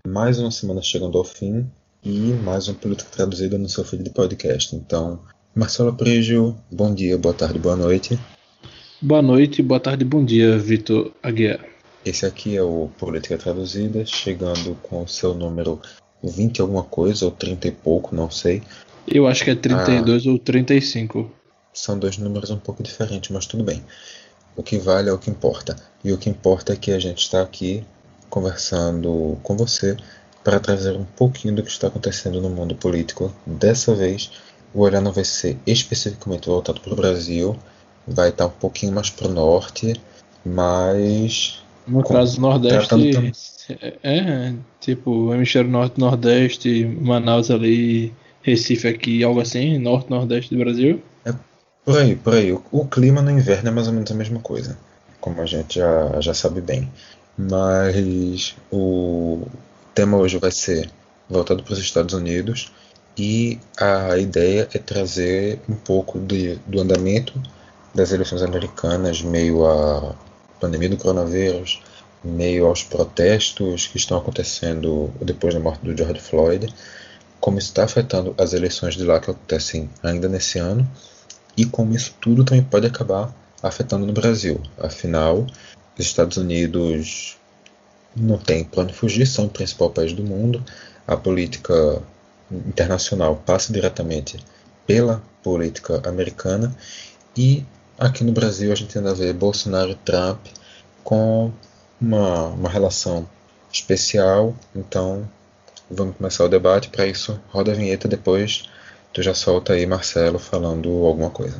mais uma semana chegando ao fim e mais uma política traduzida no seu feed de podcast. Então, Marcelo Aprigio, bom dia, boa tarde, boa noite. Boa noite, boa tarde, bom dia, Vitor Aguiar. Esse aqui é o Política Traduzida, chegando com o seu número 20 alguma coisa, ou 30 e pouco, não sei. Eu acho que é 32 ou 35. São dois números um pouco diferentes, mas tudo bem. O que vale é o que importa. E o que importa é que a gente está aqui conversando com você para trazer um pouquinho do que está acontecendo no mundo político. Dessa vez, o olhar não vai ser especificamente voltado para o Brasil, vai estar um pouquinho mais para o norte, mas No caso, tratando Nordeste também. tipo o hemisfério norte, Nordeste, Manaus ali, Recife aqui, algo assim, norte, Nordeste do Brasil. É por aí, por aí. O clima no inverno é mais ou menos a mesma coisa, como a gente já sabe bem. Mas o tema hoje vai ser voltado para os Estados Unidos e a ideia é trazer um pouco do andamento das eleições americanas, meio à pandemia do coronavírus, meio aos protestos que estão acontecendo depois da morte do George Floyd, como isso está afetando as eleições de lá que acontecem ainda nesse ano e como isso tudo também pode acabar afetando no Brasil. Afinal, os Estados Unidos não tem plano de fugir, são o principal país do mundo. A política internacional passa diretamente pela política americana e aqui no Brasil a gente ainda vê Bolsonaro e Trump com uma relação especial. Então vamos começar o debate. Para isso, roda a vinheta, depois tu já solta aí, Marcelo, falando alguma coisa.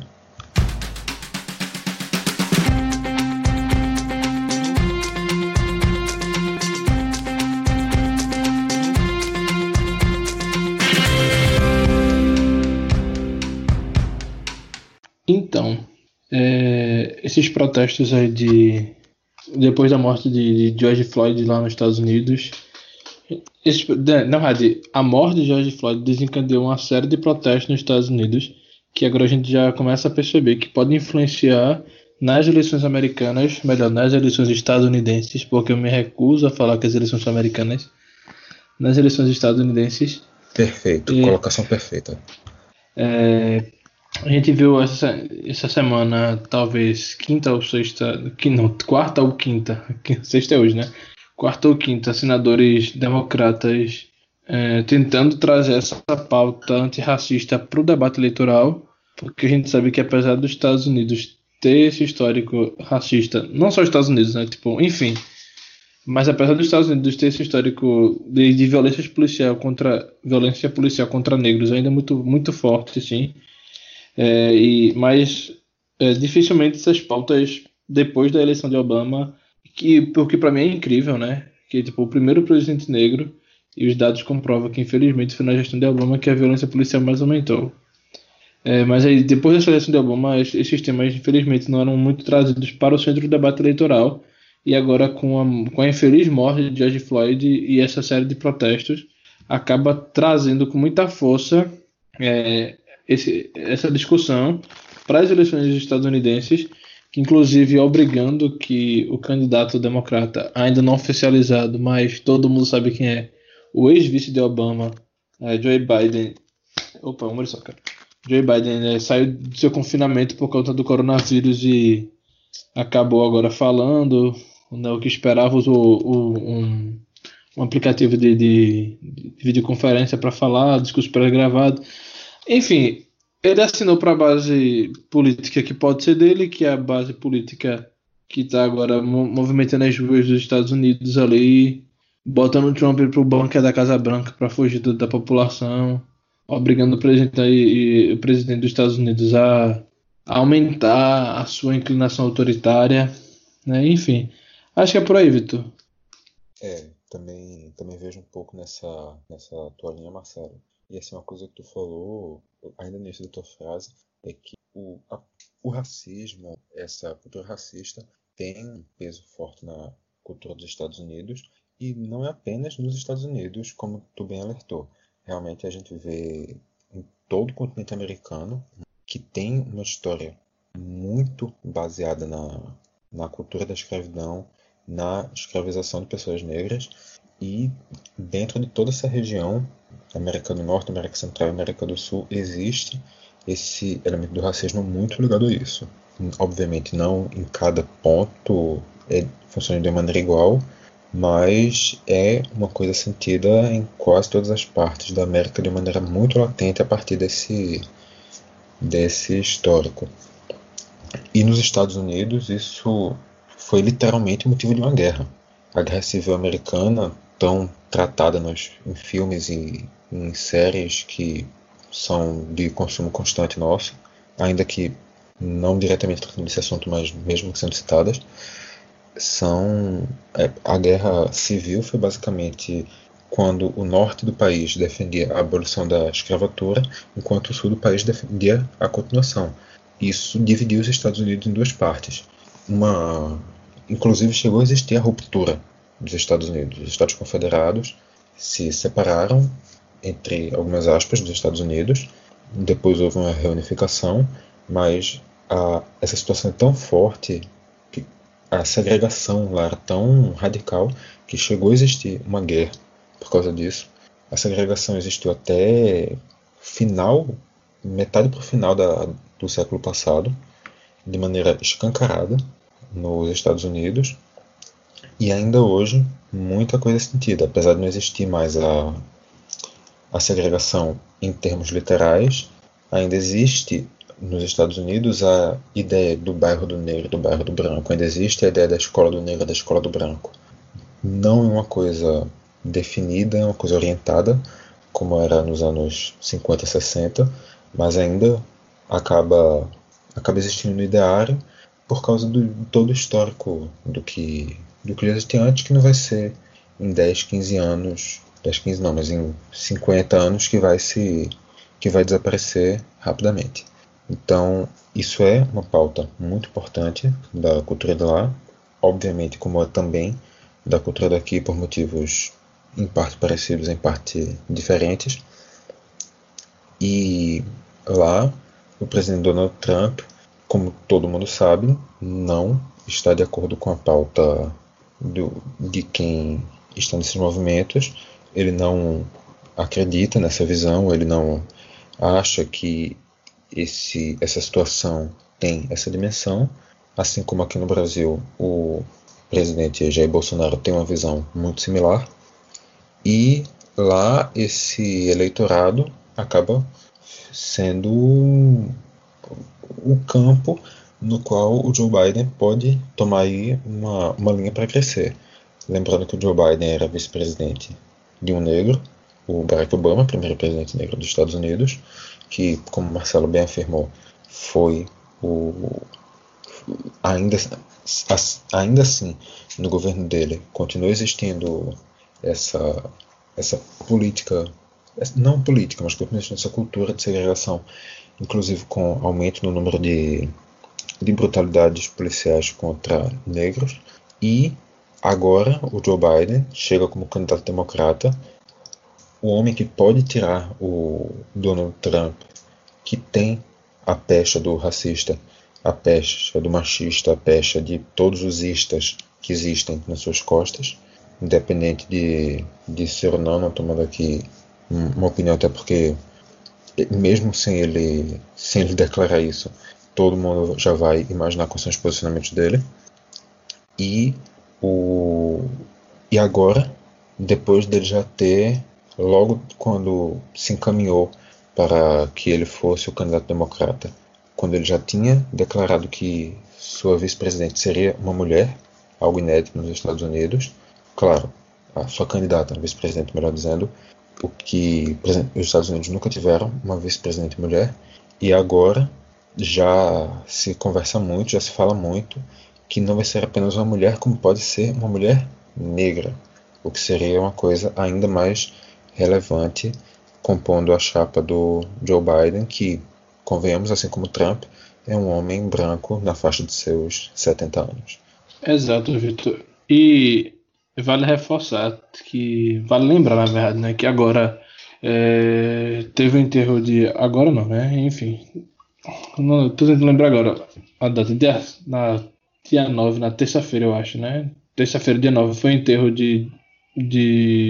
Então, esses protestos aí depois da morte de George Floyd lá nos Estados Unidos. Na verdade, a morte de George Floyd desencadeou uma série de protestos nos Estados Unidos que agora a gente já começa a perceber que pode influenciar nas eleições americanas, melhor, nas eleições estadunidenses, porque eu me recuso a falar que as eleições são americanas, nas eleições estadunidenses. Perfeito, colocação perfeita. A gente viu essa semana, talvez quinta ou sexta, quarta ou quinta, sexta é hoje, né? Quarta ou quinta, senadores democratas tentando trazer essa pauta antirracista para o debate eleitoral, porque a gente sabe que apesar dos Estados Unidos ter esse histórico racista, não só os Estados Unidos, né? Tipo, enfim, mas apesar dos Estados Unidos ter esse histórico de violência policial contra negros ainda muito, muito forte, sim. Mas dificilmente essas pautas depois da eleição de Obama, porque para mim é incrível, né? Que tipo, o primeiro presidente negro, e os dados comprovam que infelizmente foi na gestão de Obama que a violência policial mais aumentou. Mas aí depois da eleição de Obama, esses temas infelizmente não eram muito trazidos para o centro do debate eleitoral. E agora com a infeliz morte de George Floyd e essa série de protestos, acaba trazendo com muita força essa discussão para as eleições estadunidenses, que inclusive obrigando que o candidato democrata, ainda não oficializado, mas todo mundo sabe quem é, o ex-vice de Obama, Joe Biden. Opa, um só, cara. Joe Biden saiu do seu confinamento por conta do coronavírus e acabou agora falando, né, o que esperava usou um aplicativo de videoconferência para falar, discurso pré-gravado. Enfim, ele assinou para a base política que pode ser dele, que é a base política que está agora movimentando as ruas dos Estados Unidos ali, botando o Trump para o bunker da Casa Branca para fugir da população, obrigando o presidente dos Estados Unidos a aumentar a sua inclinação autoritária, né? Enfim, acho que é por aí, Vitor. Também vejo um pouco nessa tua linha, Marcelo. E assim, uma coisa que tu falou, ainda no início da tua frase, é que o racismo, essa cultura racista, tem um peso forte na cultura dos Estados Unidos, e não é apenas nos Estados Unidos, como tu bem alertou. Realmente a gente vê em todo o continente americano que tem uma história muito baseada na cultura da escravidão, na escravização de pessoas negras, e dentro de toda essa região, América do Norte, América Central e América do Sul, existe esse elemento do racismo muito ligado a isso. Obviamente não em cada ponto funciona de maneira igual, mas é uma coisa sentida em quase todas as partes da América de maneira muito latente a partir desse histórico. E nos Estados Unidos isso foi literalmente motivo de uma guerra. A Guerra Civil Americana, tão tratada em filmes e em séries que são de consumo constante nosso, ainda que não diretamente tratando desse assunto, mas mesmo sendo citadas, a Guerra Civil foi basicamente quando o norte do país defendia a abolição da escravatura, enquanto o sul do país defendia a continuação. Isso dividiu os Estados Unidos em duas partes. Inclusive chegou a existir a ruptura dos Estados Unidos. Os Estados Confederados se separaram, entre algumas aspas, dos Estados Unidos. Depois houve uma reunificação, mas essa situação é tão forte, que a segregação lá era tão radical, que chegou a existir uma guerra por causa disso. A segregação existiu até metade para o final do século passado, de maneira escancarada nos Estados Unidos, e ainda hoje muita coisa é sentida, apesar de não existir mais a segregação em termos literais. Ainda existe nos Estados Unidos a ideia do bairro do negro e do bairro do branco, ainda existe a ideia da escola do negro e da escola do branco. Não é uma coisa definida, é uma coisa orientada, como era nos anos 50, 60, mas ainda acaba existindo no ideário por causa do todo o histórico do que já existia antes, que não vai ser em 10, 15 anos, 10, 15 não, mas em 50 anos que vai desaparecer rapidamente. Então, isso é uma pauta muito importante da cultura de lá, obviamente como é também da cultura daqui, por motivos em parte parecidos, em parte diferentes. E lá, o presidente Donald Trump, como todo mundo sabe, não está de acordo com a pauta de quem está nesses movimentos. Ele não acredita nessa visão, ele não acha que essa situação tem essa dimensão. Assim como aqui no Brasil, o presidente Jair Bolsonaro tem uma visão muito similar. E lá esse eleitorado acaba sendo o campo no qual o Joe Biden pode tomar aí uma linha para crescer. Lembrando que o Joe Biden era vice-presidente de um negro, o Barack Obama, primeiro presidente negro dos Estados Unidos, que, como Marcelo bem afirmou, foi ainda assim, no governo dele, continua existindo essa política, não política, mas continua existindo essa cultura de segregação, inclusive com aumento no número de brutalidades policiais contra negros. E agora o Joe Biden chega como candidato democrata, o homem que pode tirar o Donald Trump, que tem a pecha do racista, a pecha do machista, a pecha de todos os istas que existem nas suas costas, independente de ser ou não tomando aqui uma opinião, até porque mesmo sem ele declarar isso, todo mundo já vai imaginar quais são os posicionamentos dele. E agora, depois dele já ter, logo quando se encaminhou para que ele fosse o candidato democrata, quando ele já tinha declarado que sua vice-presidente seria uma mulher, algo inédito nos Estados Unidos, claro, a sua candidata a vice-presidente, melhor dizendo, o que os Estados Unidos nunca tiveram uma vice-presidente mulher, e agora já se conversa muito, já se fala muito, que não vai ser apenas uma mulher, como pode ser uma mulher negra, o que seria uma coisa ainda mais relevante, compondo a chapa do Joe Biden, que, convenhamos, assim como Trump, é um homem branco na faixa de seus 70 anos. Exato, Vitor. E vale reforçar vale lembrar, na verdade, né, que agora teve o enterro de... Agora não, né? Enfim. Não, tô tentando lembrar agora a data. Dia 9, na terça-feira, eu acho, né? Terça-feira, dia 9, foi o enterro de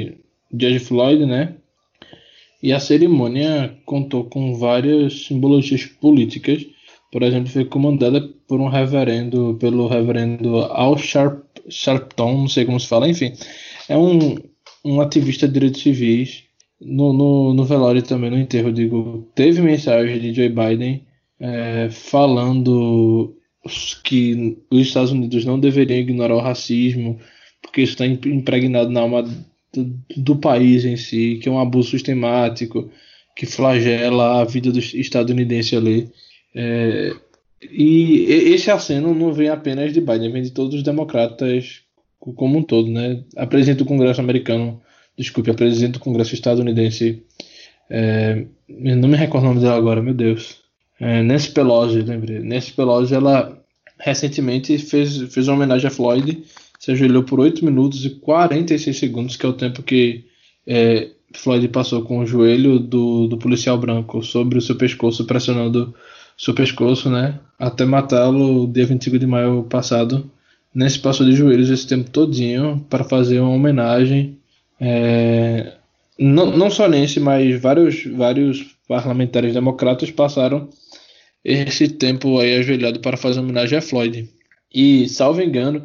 George Floyd, né? E a cerimônia contou com várias simbologias políticas. Por exemplo, foi comandada pelo reverendo Sharpton, não sei como se fala, enfim. É um ativista de direitos civis. No velório também, no enterro, digo, teve mensagem de Joe Biden falando que os Estados Unidos não deveriam ignorar o racismo, porque isso está impregnado na alma do país em si, que é um abuso sistemático, que flagela a vida do estadunidense ali. É, esse aceno não vem apenas de Biden, vem de todos os democratas como um todo, né? A presidente do Congresso americano, desculpe, a presidente do Congresso estadunidense, eu não me recordo o nome dela agora, meu Deus. Nancy Pelosi, lembrei. Nancy Pelosi, ela recentemente fez uma homenagem a Floyd, se ajoelhou por 8 minutos e 46 segundos, que é o tempo que Floyd passou com o joelho do policial branco sobre o seu pescoço, pressionando seu pescoço, né? Até matá-lo dia 25 de maio passado. Nancy passou de joelhos esse tempo todinho para fazer uma homenagem. Não só Nancy, mas vários parlamentares democratas passaram esse tempo aí ajoelhado para fazer homenagem a Floyd. E, salvo engano,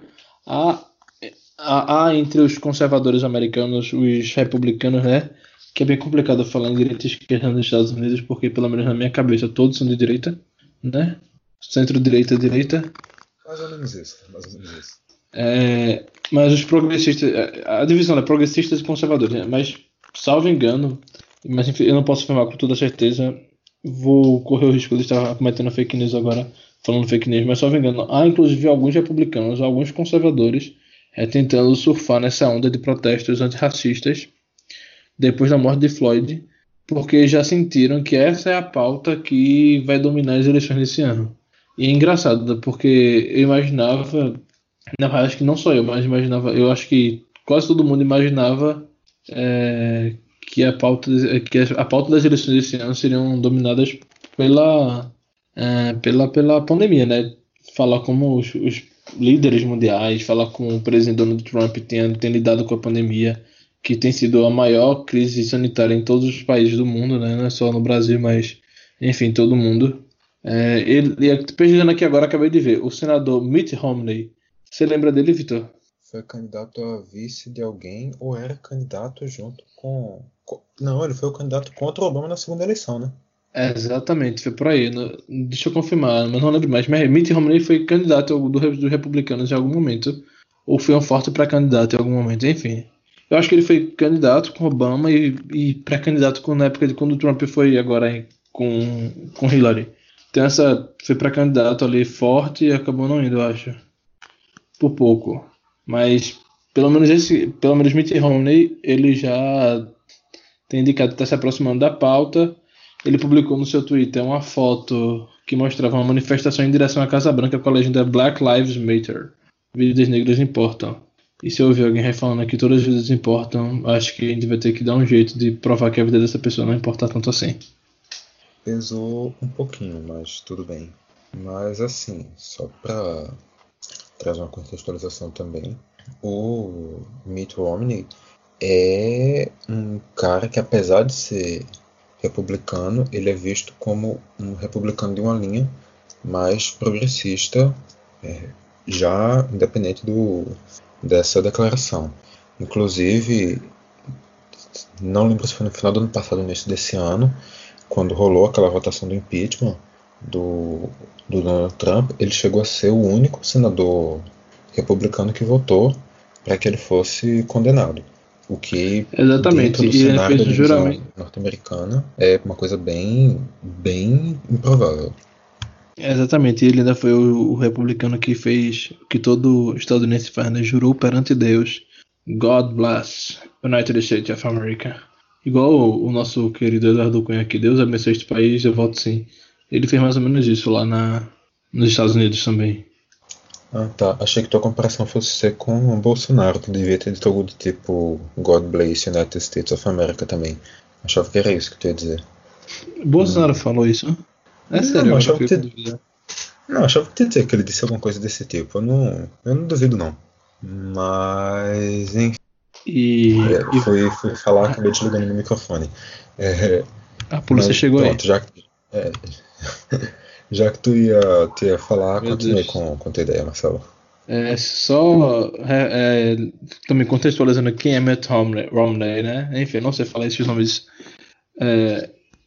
há entre os conservadores americanos, os republicanos, né? Que é bem complicado falar em direita e esquerda nos Estados Unidos, porque, pelo menos na minha cabeça, todos são de direita, né? Centro-direita, direita. Mais ou menos isso, mais ou menos isso. Mas os progressistas, a divisão é progressistas e conservadores, né? Mas, salvo engano, mas enfim, eu não posso afirmar com toda certeza, vou correr o risco de estar cometendo fake news agora, falando fake news, mas salvo engano, há inclusive alguns republicanos, alguns conservadores tentando surfar nessa onda de protestos antirracistas depois da morte de Floyd, porque já sentiram que essa é a pauta que vai dominar as eleições desse ano. E é engraçado, porque eu imaginava, na verdade, acho que não só eu, mas eu acho que quase todo mundo imaginava que a pauta das eleições desse ano seriam dominadas pela pandemia, né? Falar como os líderes mundiais, falar como o presidente Donald Trump tem lidado com a pandemia, que tem sido a maior crise sanitária em todos os países do mundo, né? Não é só no Brasil, mas enfim, todo mundo. Pesquisando aqui agora, acabei de ver, o senador Mitt Romney. Você lembra dele, Vitor? Foi candidato a vice de alguém ou era candidato junto com... Não, ele foi o candidato contra o Obama na segunda eleição, né? Exatamente, foi por aí. Deixa eu confirmar, mas não lembro mais. Mas Mitt Romney foi candidato dos republicanos em algum momento, ou foi um forte pré-candidato em algum momento, enfim. Eu acho que ele foi candidato com Obama e pré-candidato na época de quando o Trump foi agora com Hillary. Então foi pré-candidato ali forte e acabou não indo, eu acho. Por pouco. Mas pelo menos Mitt Romney, ele já tem indicado que está se aproximando da pauta. Ele publicou no seu Twitter uma foto que mostrava uma manifestação em direção à Casa Branca com a legenda Black Lives Matter. Vidas negras importam. E se eu ouvir alguém falando que todas as vidas importam, acho que a gente vai ter que dar um jeito de provar que a vida dessa pessoa não importa tanto assim. Pesou um pouquinho, mas tudo bem. Mas assim, só para trazer uma contextualização também, o Mitt Romney é um cara que, apesar de ser republicano, ele é visto como um republicano de uma linha mais progressista, já independente dessa declaração. Inclusive, não lembro se foi no final do ano passado ou início desse ano, quando rolou aquela votação do impeachment do Donald Trump, ele chegou a ser o único senador republicano que votou para que ele fosse condenado. O que, exatamente, dentro do cenário da divisão norte-americana, é uma coisa bem, bem improvável. Exatamente, ele ainda foi o republicano que fez o que todo estadunidense faz, né? Jurou perante Deus, God bless United States of America. Igual o nosso querido Eduardo Cunha aqui, Deus abençoe este país, eu voto sim. Ele fez mais ou menos isso lá nos Estados Unidos também. Ah, tá. Achei que tua comparação fosse ser com o Bolsonaro. Tu devia ter dito algo do tipo God bless United States of America também. Achava que era isso que tu ia dizer. Bolsonaro falou isso? Sério, não, achava que não, achava que ia dizer que ele disse alguma coisa desse tipo. Eu não duvido não. Mas, enfim. Fui falar, acabei desligando no microfone. É, a polícia mas chegou aí. pronto, é, já que tu ia falar, Meu continue Deus. com tua ideia, Marcelo. Também contextualizando quem é Mitt Romney, né? Enfim, não sei falar esses nomes é,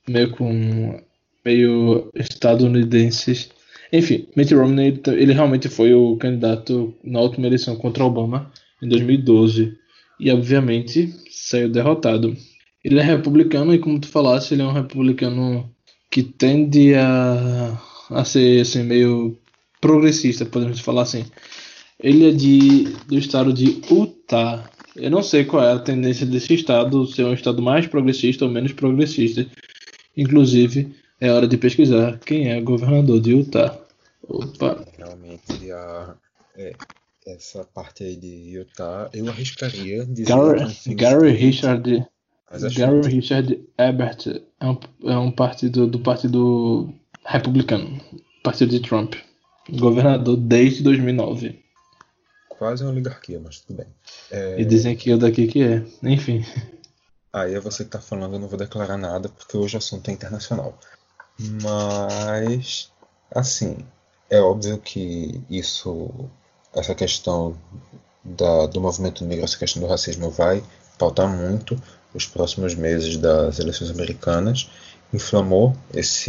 meio estadunidenses. Enfim, Mitt Romney, ele realmente foi o candidato na última eleição contra Obama em 2012 e obviamente saiu derrotado. Ele é republicano e, como tu falaste, ele é um republicano que tende a ser assim, meio progressista, podemos falar assim. Ele é do estado de Utah. Eu não sei qual é a tendência desse estado, ser um estado mais progressista ou menos progressista. Inclusive, é hora de pesquisar quem é o governador de Utah. Opa. Realmente, é, essa parte aí de Utah, eu arriscaria dizer que é Gary, um swing Gary state, Richard, mas é Gary chute. Richard Ebert é um partido do Partido Republicano, partido de Trump. Governador desde 2009. Quase uma oligarquia, mas tudo bem. E dizem que é daqui que é. Enfim. Aí é você que tá falando, eu não vou declarar nada, porque hoje o assunto é internacional. Mas, assim, é óbvio que essa questão do movimento negro, essa questão do racismo vai pautar muito os próximos meses das eleições americanas. Inflamou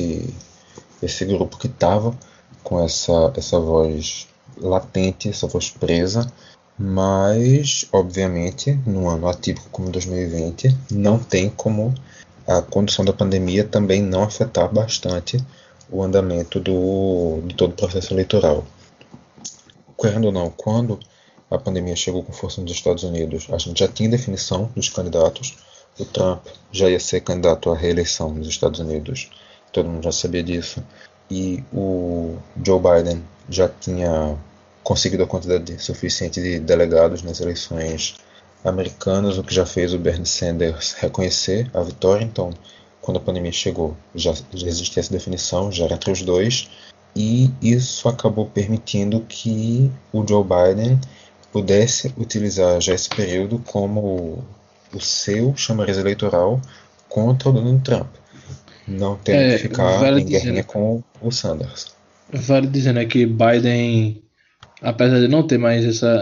esse grupo que estava com essa voz latente, essa voz presa, mas, obviamente, num ano atípico como 2020, não tem como a condução da pandemia também não afetar bastante o andamento de todo o processo eleitoral. Querendo ou não, quando a pandemia chegou com força nos Estados Unidos, a gente já tinha definição dos candidatos. O Trump já ia ser candidato à reeleição nos Estados Unidos, todo mundo já sabia disso. E o Joe Biden já tinha conseguido a quantidade suficiente de delegados nas eleições americanas, o que já fez o Bernie Sanders reconhecer a vitória. Então, quando a pandemia chegou, já existia essa definição, já era entre os dois, e isso acabou permitindo que o Joe Biden pudesse utilizar já esse período como o seu chamariz eleitoral contra o Donald Trump, não tendo que ficar Vale em guerrinha dizendo, com o Sanders. vale dizendo que Biden, apesar de não ter mais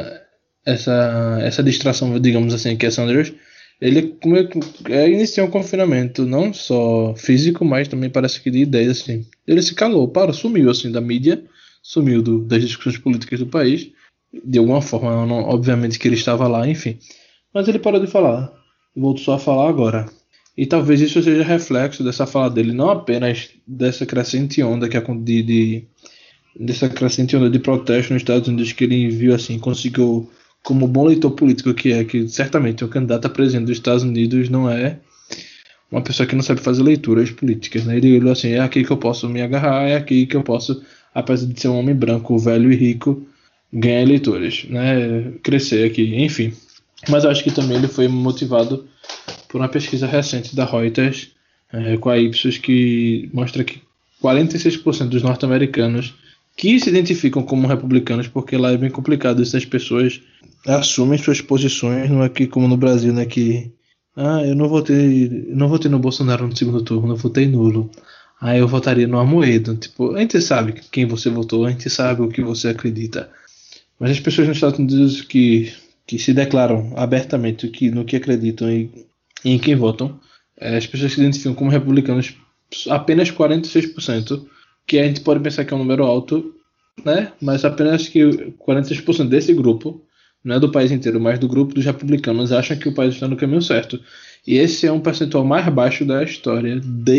essa distração, digamos assim, que é Sanders, ele iniciou um confinamento, não só físico, mas também parece que de ideias, assim. Ele se calou, sumiu assim da mídia, sumiu das discussões políticas do país, de alguma forma, obviamente que ele estava lá, enfim. Mas ele parou de falar, voltou só a falar agora. E talvez isso seja reflexo dessa fala dele, não apenas dessa crescente onda dessa crescente onda de protesto nos Estados Unidos que ele viu assim, conseguiu, como bom leitor político que certamente o candidato a presidente dos Estados Unidos não é uma pessoa que não sabe fazer leituras políticas, né? Ele olhou assim, é aqui que eu posso me agarrar, é aqui que eu posso, apesar de ser um homem branco, velho e rico, ganhar eleitores, né? Crescer aqui, enfim. Mas eu acho que também ele foi motivado por uma pesquisa recente da Reuters com a Ipsos que mostra que 46% dos norte-americanos que se identificam como republicanos, porque lá é bem complicado, essas pessoas assumem suas posições, não é que como no Brasil, né, que eu não votei no Bolsonaro no segundo turno, eu votei nulo. Eu votaria no Amoedo. Tipo, a gente sabe quem você votou, a gente sabe o que você acredita. Mas as pessoas nos Estados Unidos que se declaram abertamente no que acreditam e em quem votam, as pessoas se identificam como republicanos apenas 46%, que a gente pode pensar que é um número alto, né? Mas apenas que 46% desse grupo, não é do país inteiro, mas do grupo dos republicanos, acham que o país está no caminho certo. E esse é um percentual mais baixo da história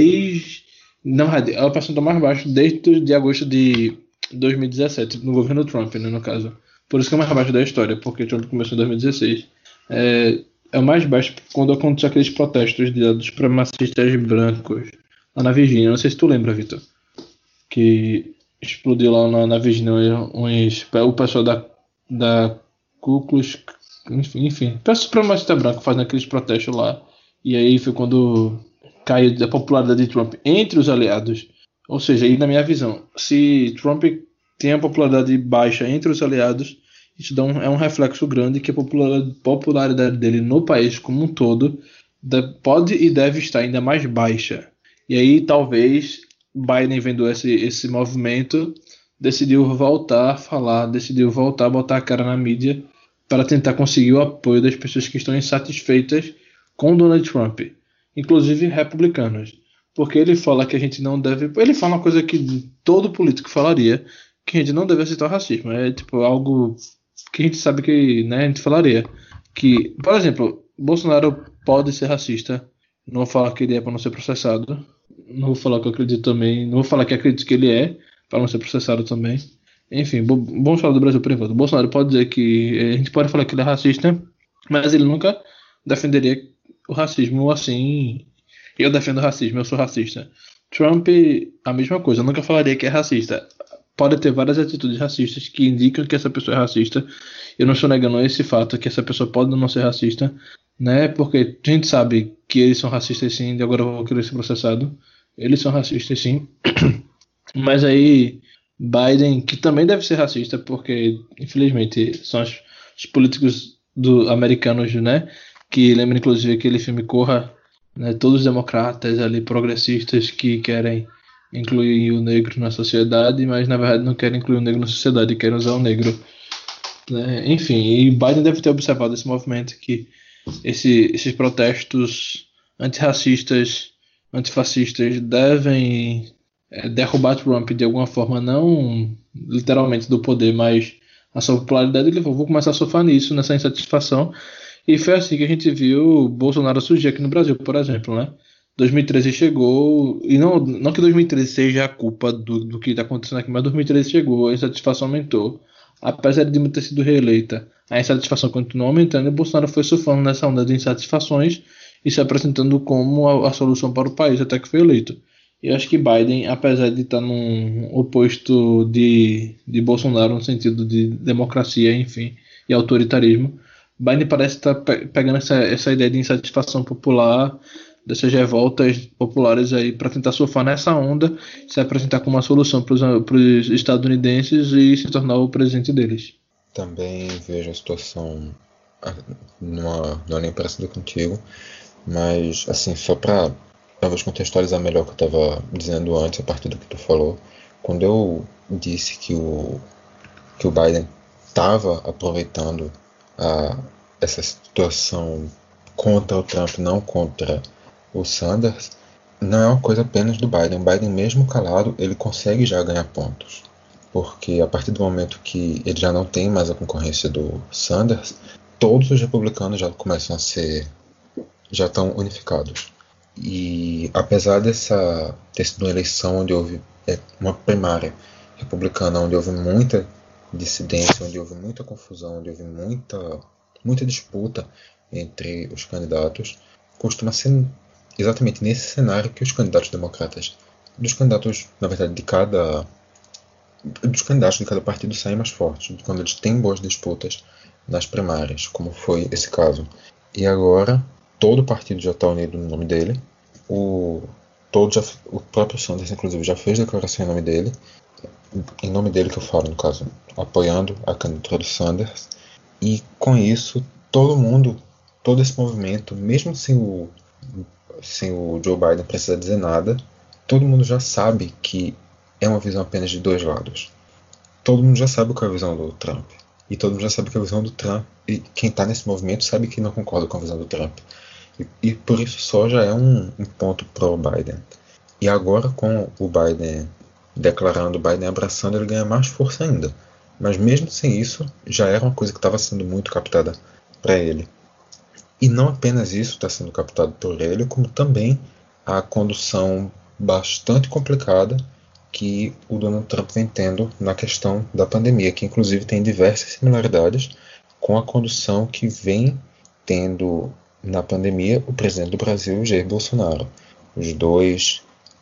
não, é o percentual mais baixo desde de agosto de 2017, no governo Trump, né, no caso. Por isso que é o mais baixo da história, porque Trump começou em 2016. É o mais baixo quando aconteceu aqueles protestos dos supremacistas brancos lá na Virgínia. Não sei se tu lembra, Vitor, que explodiu lá na Virgínia o pessoal da Ku Klux, enfim, o pessoal supremacista branco fazendo aqueles protestos lá. E aí foi quando caiu a popularidade de Trump entre os aliados. Ou seja, aí na minha visão, se Trump tem a popularidade baixa entre os aliados, isso é um reflexo grande que a popularidade dele no país como um todo pode e deve estar ainda mais baixa. E aí talvez Biden, vendo esse movimento, decidiu voltar a falar, decidiu voltar a botar a cara na mídia para tentar conseguir o apoio das pessoas que estão insatisfeitas com Donald Trump, inclusive republicanos. Porque ele fala que a gente não deve. Ele fala uma coisa que todo político falaria, que a gente não deve aceitar o racismo. É tipo algo que a gente sabe que, né, a gente falaria. Que, por exemplo, Bolsonaro pode ser racista. Não vou falar que ele é para não ser processado. Não vou falar que eu acredito também. Não vou falar que acredito que ele é para não ser processado também. Enfim, vamos falar do Brasil por enquanto. Bolsonaro pode dizer que a gente pode falar que ele é racista, mas ele nunca defenderia o racismo assim. Eu defendo o racismo, eu sou racista. Trump, a mesma coisa, eu nunca falaria que é racista. Pode ter várias atitudes racistas que indicam que essa pessoa é racista. Eu não estou negando esse fato que essa pessoa pode não ser racista, né? Porque a gente sabe que eles são racistas sim, e agora eu vou querer ser processado. Eles são racistas sim. Mas aí Biden, que também deve ser racista, porque infelizmente são os políticos americanos, né? Que lembra inclusive aquele filme Corra, né, todos os democratas ali, progressistas que querem incluir o negro na sociedade, mas na verdade não querem incluir o negro na sociedade, querem usar o negro, né? Enfim, e Biden deve ter observado esse movimento, que esses protestos antirracistas, antifascistas devem derrubar Trump de alguma forma, não literalmente do poder, mas a sua popularidade. Ele falou, vou começar a surfar nisso, nessa insatisfação. E foi assim que a gente viu Bolsonaro surgir aqui no Brasil, por exemplo, né? 2013 chegou, e não que 2013 seja a culpa do que está acontecendo aqui, mas 2013 chegou, a insatisfação aumentou. Apesar de Dilma ter sido reeleita, a insatisfação continuou aumentando e Bolsonaro foi surfando nessa onda de insatisfações e se apresentando como a solução para o país até que foi eleito. Eu acho que Biden, apesar de estar num oposto de Bolsonaro no sentido de democracia, enfim, e autoritarismo, Biden parece estar pegando essa ideia de insatisfação popular, dessas revoltas populares aí, para tentar surfar nessa onda, se apresentar como uma solução para os estadunidenses e se tornar o presidente deles. Também vejo a situação numa linha parecida contigo, mas assim, só para talvez contextualizar melhor o que eu estava dizendo antes, a partir do que tu falou, quando eu disse que o Biden estava aproveitando essa situação contra o Trump, não contra o Sanders, não é uma coisa apenas do Biden. O Biden, mesmo calado, ele consegue já ganhar pontos. Porque a partir do momento que ele já não tem mais a concorrência do Sanders, todos os republicanos já começam a ser, já estão unificados. E apesar dessa ter sido uma eleição onde houve uma primária republicana, onde houve muita dissidência, onde houve muita confusão, onde houve muita disputa entre os candidatos, costuma ser exatamente nesse cenário que os candidatos democratas, dos candidatos, na verdade, dos candidatos de cada partido saem mais fortes, quando eles têm boas disputas nas primárias, como foi esse caso. E agora, todo o partido já está unido no nome dele, o próprio Sanders, inclusive, já fez declaração em nome dele que eu falo, no caso, apoiando a candidatura do Sanders, e com isso, todo esse movimento, mesmo sem o Joe Biden precisar dizer nada, todo mundo já sabe que é uma visão apenas de dois lados. Todo mundo já sabe qual é a visão do Trump. E todo mundo já sabe que a visão do Trump, e quem está nesse movimento sabe que não concorda com a visão do Trump. E por isso só já é um ponto pro Biden. E agora, com o Biden declarando, o Biden abraçando, ele ganha mais força ainda. Mas mesmo sem isso, já era uma coisa que estava sendo muito captada para ele. E não apenas isso está sendo captado por ele, como também a condução bastante complicada que o Donald Trump vem tendo na questão da pandemia, que inclusive tem diversas similaridades com a condução que vem tendo na pandemia o presidente do Brasil, Jair Bolsonaro. Os dois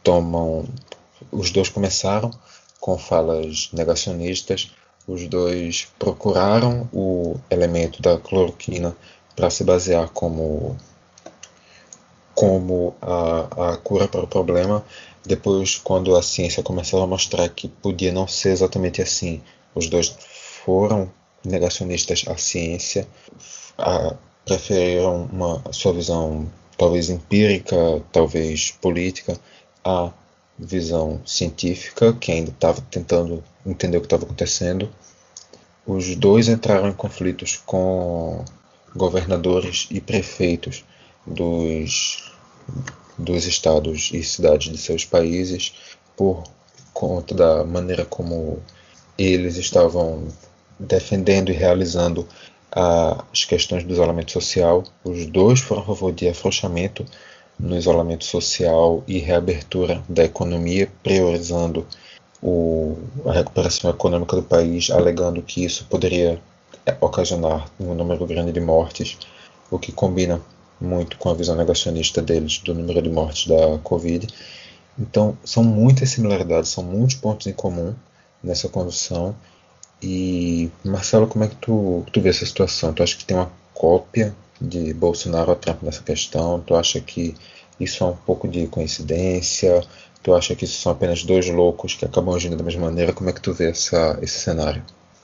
começaram com falas negacionistas, os dois procuraram o elemento da cloroquina para se basear como a cura para o problema. Depois, quando a ciência começava a mostrar que podia não ser exatamente assim, os dois foram negacionistas à ciência, preferiram a sua visão talvez empírica, talvez política, à visão científica, que ainda estava tentando entender o que estava acontecendo. Os dois entraram em conflitos com governadores e prefeitos dos estados e cidades de seus países por conta da maneira como eles estavam defendendo e realizando as questões do isolamento social. Os dois foram a favor de afrouxamento no isolamento social e reabertura da economia, priorizando a recuperação econômica do país, alegando que isso poderia ocasionar um número grande de mortes, o que combina muito com a visão negacionista deles do número de mortes da Covid. Então, são muitas similaridades, são muitos pontos em comum nessa condução. E, Marcelo, como é que tu vê essa situação? Tu acha que tem uma cópia de Bolsonaro a Trump nessa questão? Tu acha que isso é um pouco de coincidência? Tu acha que isso são apenas dois loucos que acabam agindo da mesma maneira? Como é que tu vê esse cenário?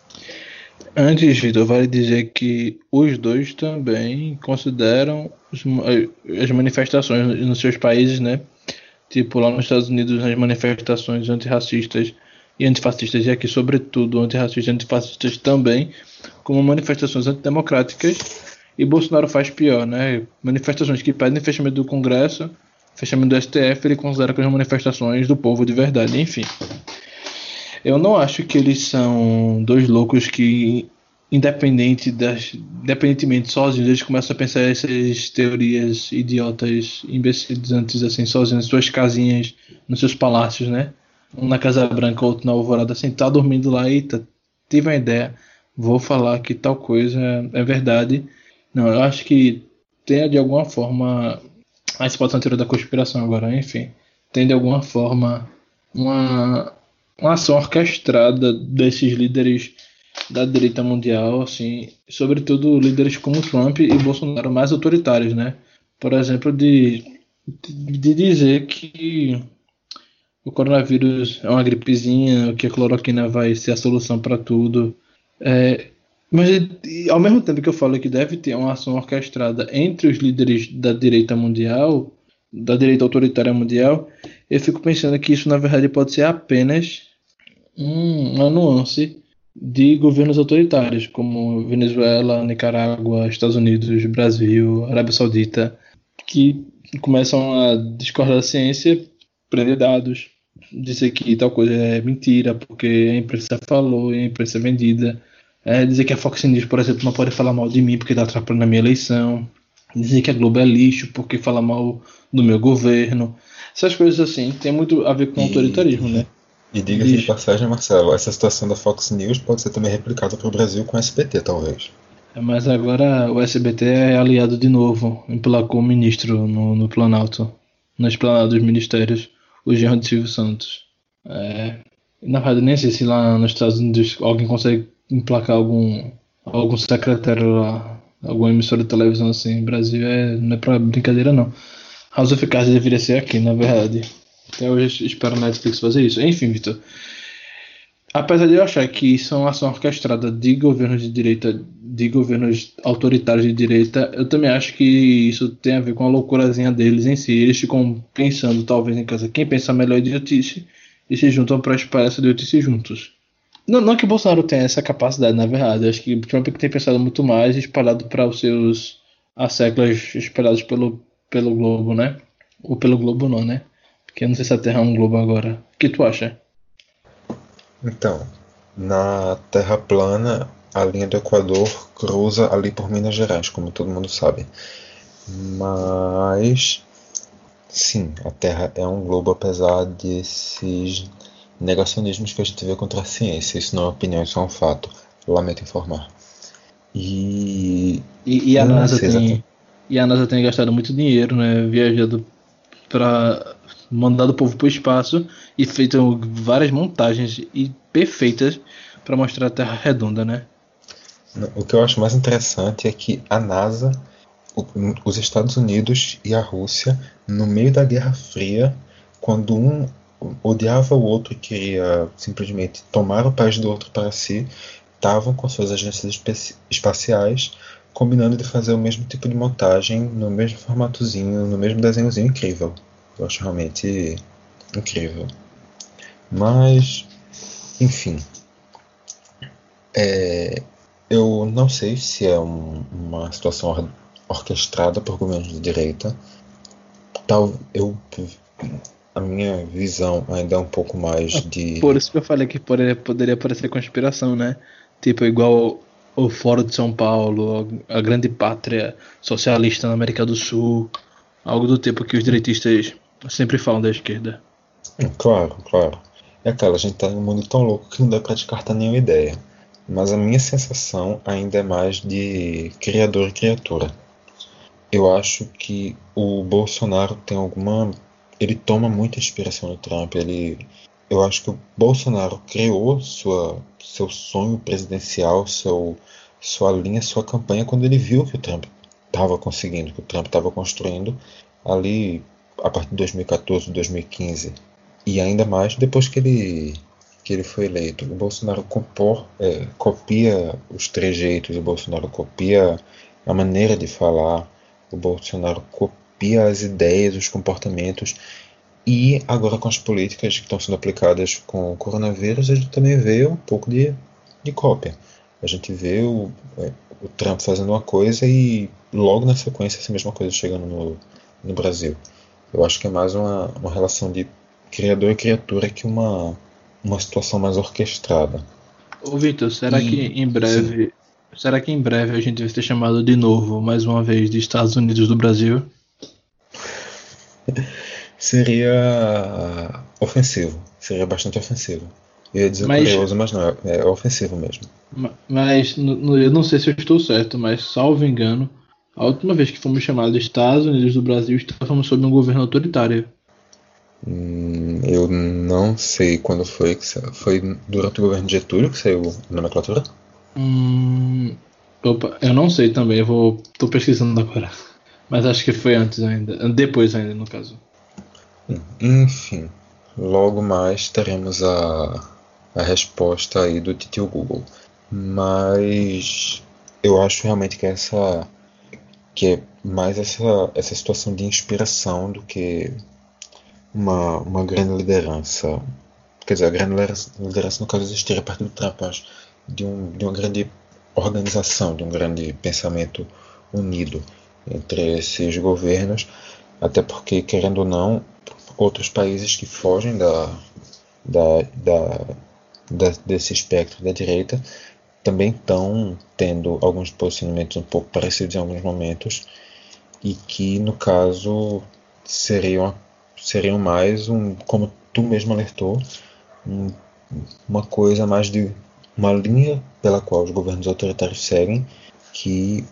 Antes, Vitor, vale dizer que os dois também consideram as manifestações nos seus países, né? Tipo, lá nos Estados Unidos, as manifestações antirracistas e antifascistas, e aqui, sobretudo, antirracistas e antifascistas também, como manifestações antidemocráticas. E Bolsonaro faz pior, né? Manifestações que pedem fechamento do Congresso, fechamento do STF, ele considera que as manifestações do povo de verdade, enfim. Eu não acho que eles são dois loucos que, independentemente sozinhos, eles começam a pensar essas teorias idiotas, imbecilizantes, assim, sozinhos, nas suas casinhas, nos seus palácios, né? Um na Casa Branca, outro na Alvorada, assim, tá dormindo lá, eita, tive uma ideia, vou falar que tal coisa é verdade. Não, eu acho que tem de alguma forma, aí se pode ser uma teoria da conspiração agora, enfim, tem de alguma forma uma ação orquestrada desses líderes da direita mundial, assim, sobretudo líderes como Trump e Bolsonaro, mais autoritários, né? Por exemplo, de dizer que o coronavírus é uma gripezinha, que a cloroquina vai ser a solução para tudo. Mas ao mesmo tempo que eu falo que deve ter uma ação orquestrada entre os líderes da direita mundial, da direita autoritária mundial, eu fico pensando que isso na verdade pode ser apenas uma nuance de governos autoritários, como Venezuela, Nicarágua, Estados Unidos, Brasil, Arábia Saudita, que começam a discordar da ciência, prender dados, dizer que tal coisa é mentira, porque a imprensa falou e a imprensa é vendida. Dizer que a Fox News, por exemplo, não pode falar mal de mim porque está atrapalhando a minha eleição. Dizer que a Globo é lixo porque fala mal do meu governo. Essas coisas assim tem muito a ver com autoritarismo, né? E diga-se de passagem, Marcelo, essa situação da Fox News pode ser também replicada para o Brasil com o SBT, talvez. Mas agora o SBT é aliado de novo, emplacou o ministro no Planalto, na esplanada dos ministérios, o genro de Silvio Santos. Na verdade, nem sei se lá nos Estados Unidos alguém consegue emplacar algum secretário lá, alguma emissora de televisão assim. No Brasil não é pra brincadeira, não. House of Cards deveria ser aqui, na verdade. Até hoje espero a Netflix fazer isso. Enfim, Vitor. Apesar de eu achar que isso é uma ação orquestrada de governos de direita, de governos autoritários de direita, eu também acho que isso tem a ver com a loucurazinha deles em si. Eles ficam pensando, talvez, em casa, quem pensa melhor é idiotice, e se juntam para espalhar essa idiotice juntos. Não que o Bolsonaro tenha essa capacidade, na verdade. Eu acho que o Trump tem pensado muito mais espalhado para os seus séculos espalhados pelo globo, né? Ou pelo globo não, né? Porque eu não sei se a Terra é um globo agora. O que tu acha? Então, na Terra plana, a linha do Equador cruza ali por Minas Gerais, como todo mundo sabe. Mas, sim, a Terra é um globo, apesar desses negacionismos que a gente vê contra a ciência. Isso não é opinião, isso é um fato. Lamento informar. E a NASA tem gastado muito dinheiro, né? Viajado para mandado o povo para o espaço e feito várias montagens perfeitas para mostrar a Terra redonda, né? O que eu acho mais interessante é que a NASA, os Estados Unidos e a Rússia, no meio da Guerra Fria, quando um odiava o outro e queria simplesmente tomar o país do outro para si, estavam com suas agências espaciais, combinando de fazer o mesmo tipo de montagem, no mesmo formatozinho, no mesmo desenhozinho incrível. Eu acho realmente incrível. Mas, enfim, eu não sei se é uma situação orquestrada por governos de direita. A minha visão ainda é um pouco mais Por de. isso que eu falei que poderia parecer conspiração, né? Tipo, igual o Fórum de São Paulo, a grande pátria socialista na América do Sul, algo do tipo que os direitistas sempre falam da esquerda. Claro, claro. É aquela, a gente tá em um mundo tão louco que não dá pra descartar nenhuma ideia. Mas a minha sensação ainda é mais de criador e criatura. Eu acho que o Bolsonaro tem alguma. Ele toma muita inspiração do Trump. Eu acho que o Bolsonaro criou seu sonho presidencial, sua linha, sua campanha, quando ele viu que o Trump estava conseguindo, que o Trump estava construindo ali a partir de 2014, 2015. E ainda mais depois que ele foi eleito. O Bolsonaro copia os trejeitos, o Bolsonaro copia a maneira de falar, o Bolsonaro copia as ideias, os comportamentos. E agora com as políticas que estão sendo aplicadas com o coronavírus, a gente também vê um pouco de cópia. A gente vê o Trump fazendo uma coisa e logo na sequência essa mesma coisa chegando no Brasil. Eu acho que é mais uma relação de criador e criatura que uma situação mais orquestrada. Ô Vitor, será que E, em sim, breve. Será que em breve a gente vai ser chamado de novo, mais uma vez, de Estados Unidos do Brasil? seria ofensivo. Seria bastante ofensivo. Eu ia dizer Mas, curioso, mas não, é ofensivo mesmo. eu não sei se eu estou certo, mas salvo engano, a última vez que fomos chamados de Estados Unidos do Brasil, estávamos sob um governo autoritário. Eu não sei quando foi foi durante o governo de Getúlio que saiu a nomenclatura? Hum, opa, eu não sei também, tô pesquisando agora. Mas acho que foi antes ainda, depois ainda no caso. Enfim, logo mais teremos a resposta aí do titio Google. Mas eu acho realmente que é mais essa situação de inspiração do que uma grande liderança. Quer dizer, a grande liderança no caso existiria a partir do Trump, mas de uma grande organização, de um grande pensamento unido entre esses governos, até porque, querendo ou não, outros países que fogem da, da, desse espectro da direita também estão tendo alguns posicionamentos um pouco parecidos em alguns momentos e que, no caso, seriam, seriam mais como tu mesmo alertou, um, uma coisa mais de uma linha pela qual os governos autoritários seguem que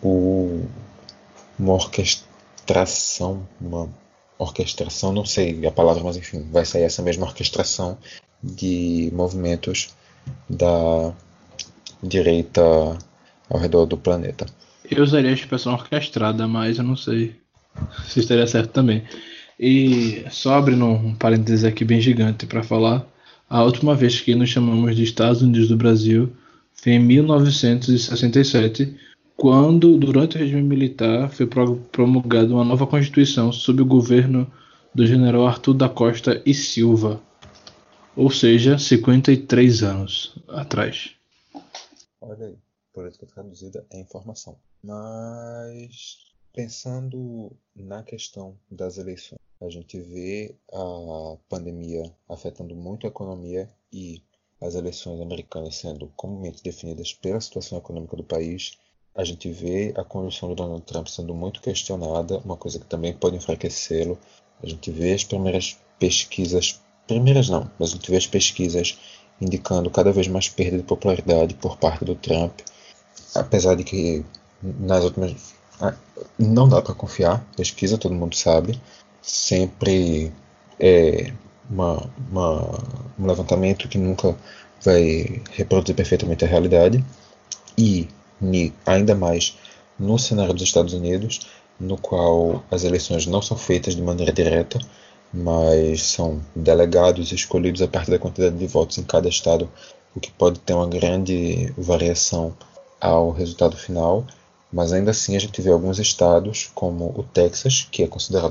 uma orquestração, não sei a palavra, mas enfim, vai sair essa mesma orquestração de movimentos da direita ao redor do planeta. Eu usaria a expressão orquestrada, mas eu não sei se estaria certo também. E só abrindo um parênteses aqui bem gigante para falar, a última vez que nos chamamos de Estados Unidos do Brasil foi em 1967, quando, durante o regime militar, foi promulgada uma nova Constituição sob o governo do general Arthur da Costa e Silva, ou seja, 53 anos atrás. Olha aí, política traduzida é informação. Mas pensando na questão das eleições, a gente vê a pandemia afetando muito a economia e as eleições americanas sendo comumente definidas pela situação econômica do país. A gente vê a condução do Donald Trump sendo muito questionada, uma coisa que também pode enfraquecê-lo. A gente vê as primeiras pesquisas, primeiras não, mas a gente vê as pesquisas indicando cada vez mais perda de popularidade por parte do Trump, apesar de que nas últimas não dá para confiar, pesquisa todo mundo sabe, sempre é um levantamento que nunca vai reproduzir perfeitamente a realidade e ainda mais no cenário dos Estados Unidos, no qual as eleições não são feitas de maneira direta, mas são delegados escolhidos a partir da quantidade de votos em cada estado, o que pode ter uma grande variação ao resultado final, mas ainda assim a gente vê alguns estados, como o Texas, que é considerado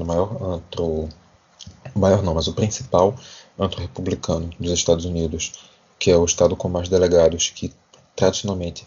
o principal antro republicano dos Estados Unidos, que é o estado com mais delegados, que tradicionalmente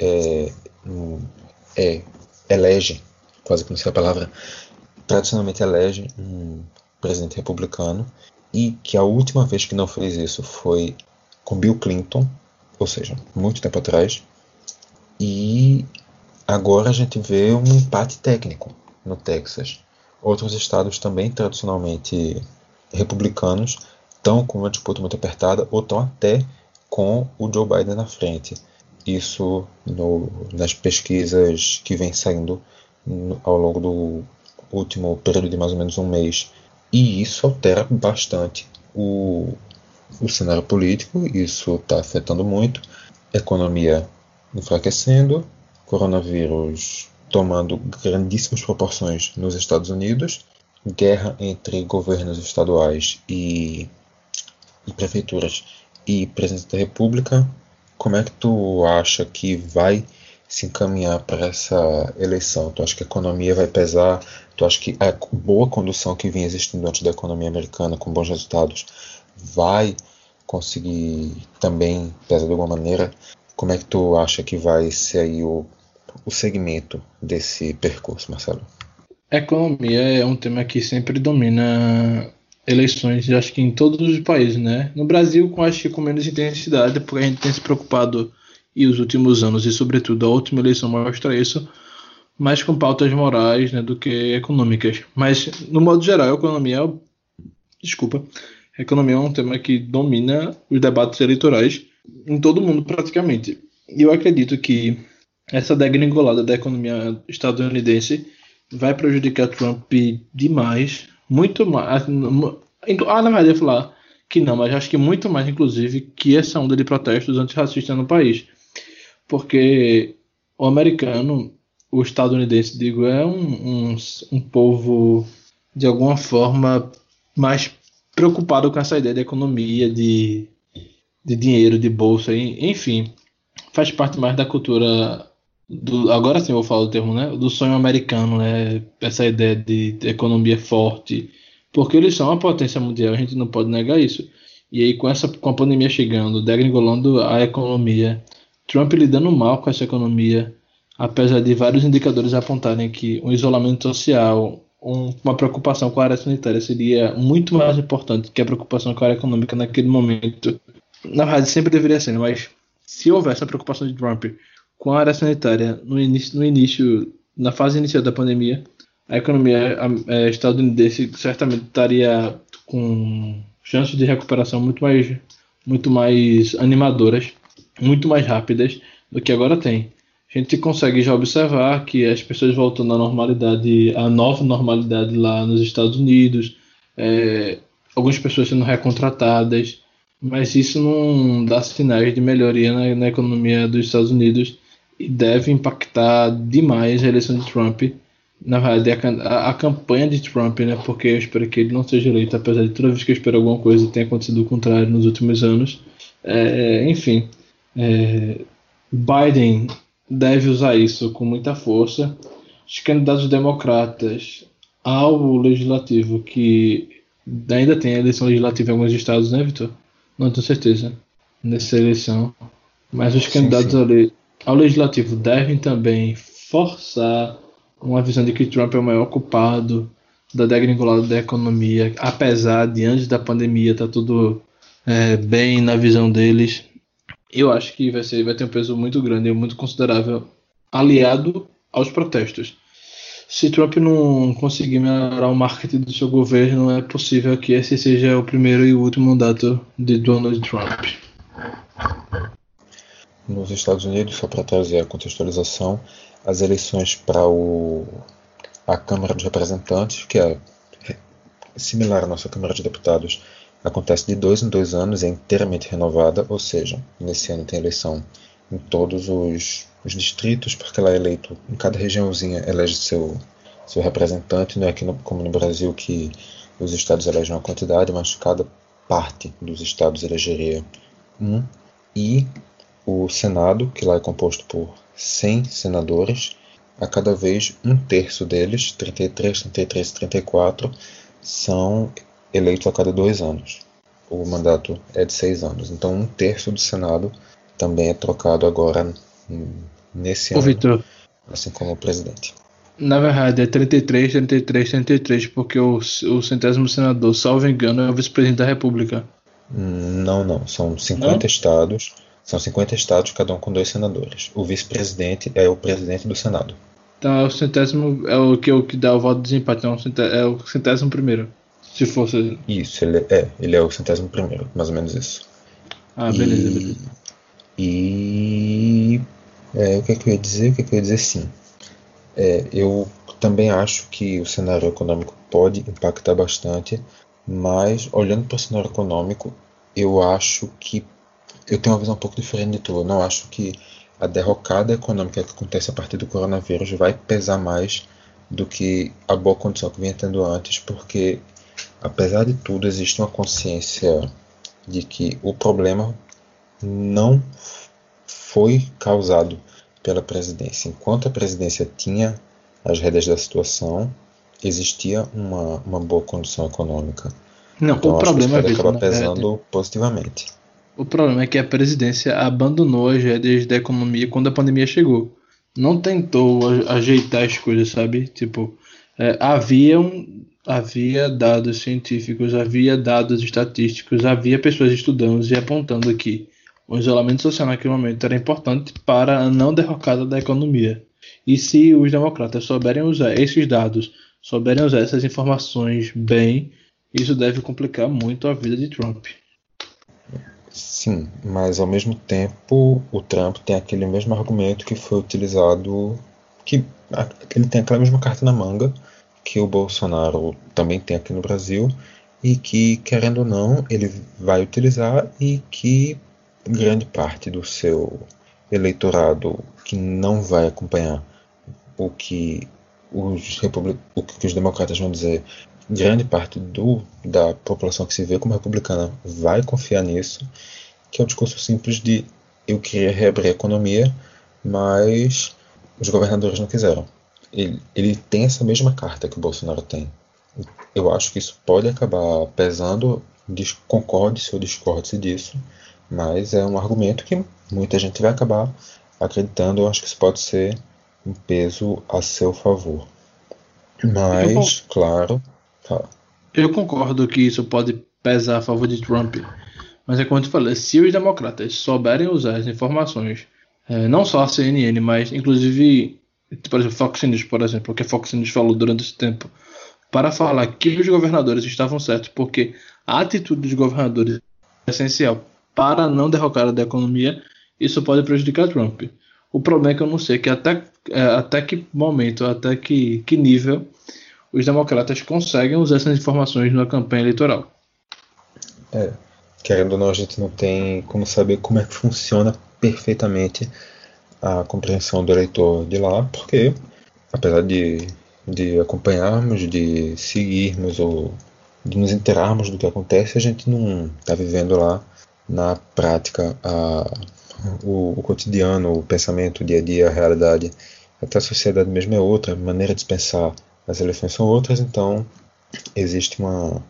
elege, quase que não sei a palavra, tradicionalmente elege um presidente republicano, e que a última vez que não fez isso foi com Bill Clinton, ou seja, muito tempo atrás, e agora a gente vê um empate técnico no Texas. Outros estados também tradicionalmente republicanos estão com uma disputa muito apertada ou estão até com o Joe Biden na frente. Isso nas pesquisas que vem saindo ao longo do último período de mais ou menos um mês. E isso altera bastante o cenário político, isso está afetando muito. Economia enfraquecendo, coronavírus tomando grandíssimas proporções nos Estados Unidos, guerra entre governos estaduais e prefeituras e presidente da República. Como é que tu acha que vai se encaminhar para essa eleição? Tu acha que a economia vai pesar? Tu acha que a boa condução que vinha existindo antes da economia americana, com bons resultados, vai conseguir também pesar de alguma maneira? Como é que tu acha que vai ser aí o segmento desse percurso, Marcelo? Economia é um tema que sempre domina eleições, acho que em todos os países, né? No Brasil, acho que com menos intensidade, porque a gente tem se preocupado, e os últimos anos, e sobretudo a última eleição mostra isso, mais com pautas morais, né, do que econômicas. Mas, no modo geral, a economia é um tema que domina os debates eleitorais em todo o mundo praticamente. E eu acredito que essa degringolada da economia estadunidense vai prejudicar Trump demais, muito mais. Na verdade, eu ia falar que não, mas acho que muito mais, inclusive, que essa onda de protestos antirracistas no país. Porque o americano, o estadunidense, digo, é um povo, de alguma forma, mais preocupado com essa ideia de economia, de dinheiro, de bolsa, enfim, faz parte mais da cultura agora sim eu vou falar o termo, né? Do sonho americano, né? Essa ideia de economia forte, porque eles são uma potência mundial, a gente não pode negar isso. E aí com a pandemia chegando, degringolando a economia, Trump lidando mal com essa economia, apesar de vários indicadores apontarem que um isolamento social, uma preocupação com a área sanitária seria muito mais importante que a preocupação com a área econômica naquele momento. Na verdade, sempre deveria ser, mas se houvesse a preocupação de Trump com a área sanitária na fase inicial da pandemia, a economia estadunidense certamente estaria com chances de recuperação muito mais animadoras, muito mais rápidas do que agora tem. A gente consegue já observar que as pessoas voltando à normalidade, à nova normalidade lá nos Estados Unidos, algumas pessoas sendo recontratadas, mas isso não dá sinais de melhoria na economia dos Estados Unidos e deve impactar demais a eleição de Trump. Na verdade, a campanha de Trump, né? Porque eu espero que ele não seja eleito, apesar de toda vez que eu espero alguma coisa tenha acontecido o contrário nos últimos anos. Enfim, Biden deve usar isso com muita força. Os candidatos democratas ao legislativo, que ainda tem a eleição legislativa em alguns estados, né, Vitor? Não tenho certeza nessa eleição. Mas os candidatos ao legislativo devem também forçar uma visão de que Trump é o maior culpado da degringolada da economia, apesar de antes da pandemia tá tudo bem na visão deles. Eu acho que vai ter um peso muito grande e muito considerável aliado aos protestos. Se Trump não conseguir melhorar o marketing do seu governo, é possível que esse seja o primeiro e o último mandato de Donald Trump. Nos Estados Unidos, só para trazer a contextualização, as eleições para a Câmara dos Representantes, que é similar à nossa Câmara de Deputados, acontece de 2 em 2 anos, é inteiramente renovada, ou seja, nesse ano tem eleição em todos os distritos, porque lá é eleito, em cada regiãozinha elege seu representante, não é aqui como no Brasil que os estados elegem uma quantidade, mas cada parte dos estados elegeria um. e o Senado, que lá é composto por 100 senadores, a cada vez um terço deles, 33, 33, 34, são eleitos a cada 2 anos. O mandato é de 6 anos, então um terço do Senado também é trocado agora nesse Ô, ano, Vitor, assim como o presidente. na verdade é 33, 33, 33, porque o centésimo senador, salvo engano, é o vice-presidente da República. Não, são 50 Não? estados, cada um com 2 senadores. O vice-presidente é o presidente do Senado. Então é o centésimo, é o que dá o voto de desempate, então é o centésimo primeiro. Se fosse. Isso, ele é o 101º, mais ou menos isso. Ah, beleza, E, beleza. e o que é que eu ia dizer? O que é que eu ia dizer sim? Eu também acho que o cenário econômico pode impactar bastante, mas olhando para o cenário econômico, eu acho que eu tenho uma visão um pouco diferente de tu. Eu não acho que a derrocada econômica que acontece a partir do coronavírus vai pesar mais do que a boa condição que vinha tendo antes, porque apesar de tudo existe uma consciência de que o problema não foi causado pela presidência. Enquanto a presidência tinha as rédeas da situação, existia uma boa condição econômica. Não, o Então acho que isso problema, pode Vitor, acabar na verdade. pesando positivamente. O problema é que a presidência abandonou as rédeas da economia quando a pandemia chegou. Não tentou ajeitar as coisas, sabe? Tipo, havia dados científicos, havia dados estatísticos, havia pessoas estudando e apontando que o isolamento social naquele momento era importante para a não derrocada da economia. E se os democratas souberem usar esses dados, souberem usar essas informações bem, isso deve complicar muito a vida de Trump. Sim, mas ao mesmo tempo o Trump tem aquele mesmo argumento que foi utilizado, que ele tem aquela mesma carta na manga que o Bolsonaro também tem aqui no Brasil e que, querendo ou não, ele vai utilizar e que grande parte do seu eleitorado que não vai acompanhar o que o que os democratas vão dizer, grande parte da população que se vê como republicana vai confiar nisso, que é um discurso simples de eu queria reabrir a economia, mas os governadores não quiseram. Ele tem essa mesma carta que o Bolsonaro tem. Eu acho que isso pode acabar pesando, concorde-se ou discorde-se disso, mas é um argumento que muita gente vai acabar acreditando. Eu acho que isso pode ser um peso a seu favor. Eu, con- Mas, claro, tá. eu concordo que isso pode pesar a favor de Trump, mas é como eu te falei, se os democratas souberem usar as informações, não só a CNN, mas inclusive, por exemplo, Fox News, por exemplo, o que a Fox News falou durante esse tempo, para falar que os governadores estavam certos, porque a atitude dos governadores é essencial para a não derrocada da economia, isso pode prejudicar Trump. O problema é que eu não sei que até que momento, que nível os democratas conseguem usar essas informações na campanha eleitoral. É, querendo ou não, a gente não tem como saber como é que funciona perfeitamente a compreensão do eleitor de lá, porque apesar de acompanharmos, de seguirmos ou de nos interarmos do que acontece, a gente não está vivendo lá na prática o cotidiano, o pensamento, o dia a dia, a realidade. Até a sociedade mesmo é outra, a maneira de pensar as eleições são outras, então existe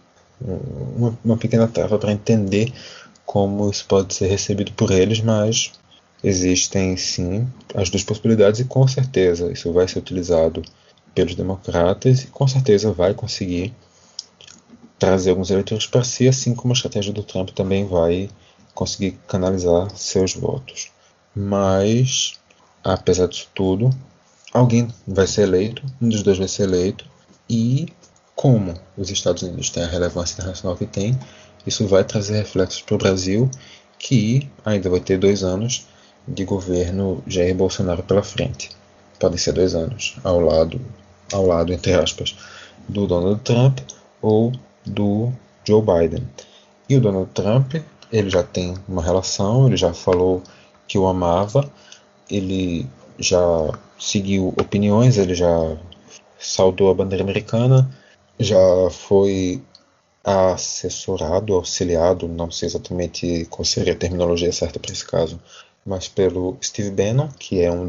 uma pequena trava para entender como isso pode ser recebido por eles, mas existem sim as duas possibilidades e com certeza isso vai ser utilizado pelos democratas e com certeza vai conseguir trazer alguns eleitores para si, assim como a estratégia do Trump também vai conseguir canalizar seus votos. Mas, apesar disso tudo, alguém vai ser eleito, um dos dois vai ser eleito, e como os Estados Unidos têm a relevância internacional que tem, isso vai trazer reflexos para o Brasil, que ainda vai ter 2 anos de governo Jair Bolsonaro pela frente. Podem ser 2 anos ao lado, entre aspas, do Donald Trump ou do Joe Biden. E o Donald Trump, ele já tem uma relação, ele já falou que o amava, ele já seguiu opiniões, ele já saudou a bandeira americana, já foi assessorado, auxiliado, não sei exatamente qual seria a terminologia certa para esse caso, mas pelo Steve Bannon, que é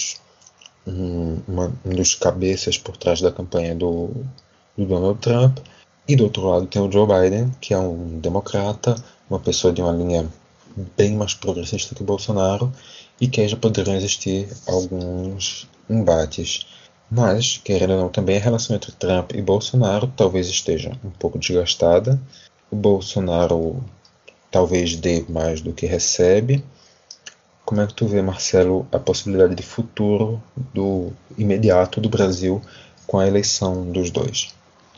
um dos cabeças por trás da campanha do Donald Trump, e do outro lado tem o Joe Biden, que é um democrata, uma pessoa de uma linha bem mais progressista que o Bolsonaro, e que aí já poderiam existir alguns embates. Mas, querendo ou não, também a relação entre Trump e Bolsonaro talvez esteja um pouco desgastada. O Bolsonaro talvez dê mais do que recebe. Como é que tu vê, Marcelo, a possibilidade de futuro do imediato do Brasil com a eleição dos dois?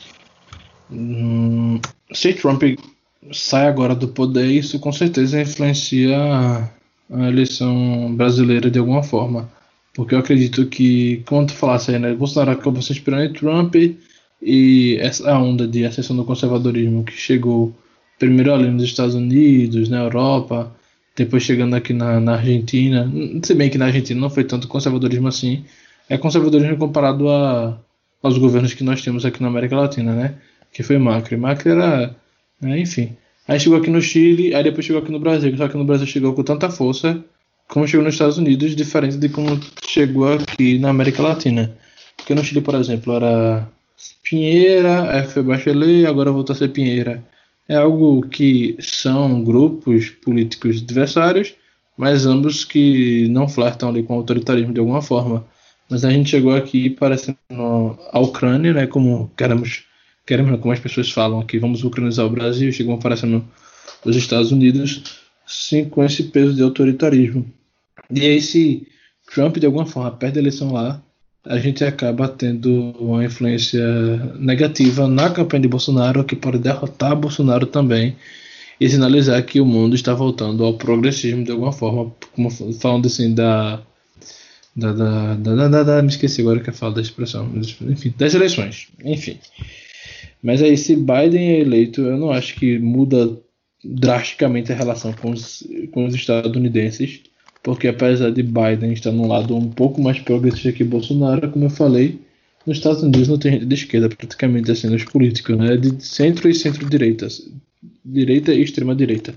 Se Trump sai agora do poder, isso com certeza influencia a eleição brasileira de alguma forma. Porque eu acredito que, como tu falasse aí, né, Bolsonaro acabou se inspirando em Trump e essa onda de ascensão do conservadorismo que chegou primeiro ali nos Estados Unidos, na Europa, depois chegando aqui na Argentina. Se bem que na Argentina não foi tanto conservadorismo assim, é conservadorismo comparado aos governos que nós temos aqui na América Latina, né? Que foi Macri. Macri era, né, enfim. Aí chegou aqui no Chile, aí depois chegou aqui no Brasil, só que no Brasil chegou com tanta força como chegou nos Estados Unidos, diferente de como chegou aqui na América Latina. Porque no Chile, por exemplo, era Pinheira, aí foi Bachelet, agora voltou a ser Pinheira. É algo que são grupos políticos adversários, mas ambos que não flertam ali com o autoritarismo de alguma forma. Mas a gente chegou aqui parecendo a Ucrânia, né, como queremos, como as pessoas falam aqui, vamos ucranizar o Brasil, chegam parecendo os Estados Unidos, sim, com esse peso de autoritarismo. E aí, se Trump de alguma forma perde a eleição lá, a gente acaba tendo uma influência negativa na campanha de Bolsonaro, que pode derrotar Bolsonaro também e sinalizar que o mundo está voltando ao progressismo de alguma forma, como falando assim me esqueci agora que eu falo da expressão, enfim, das eleições, enfim. Mas aí, se Biden é eleito, eu não acho que muda drasticamente a relação com os estadunidenses, porque apesar de Biden estar num lado um pouco mais progressista que Bolsonaro, como eu falei, nos Estados Unidos não tem gente de esquerda praticamente assim nos políticos, né? De centro e centro-direita, direita e extrema-direita.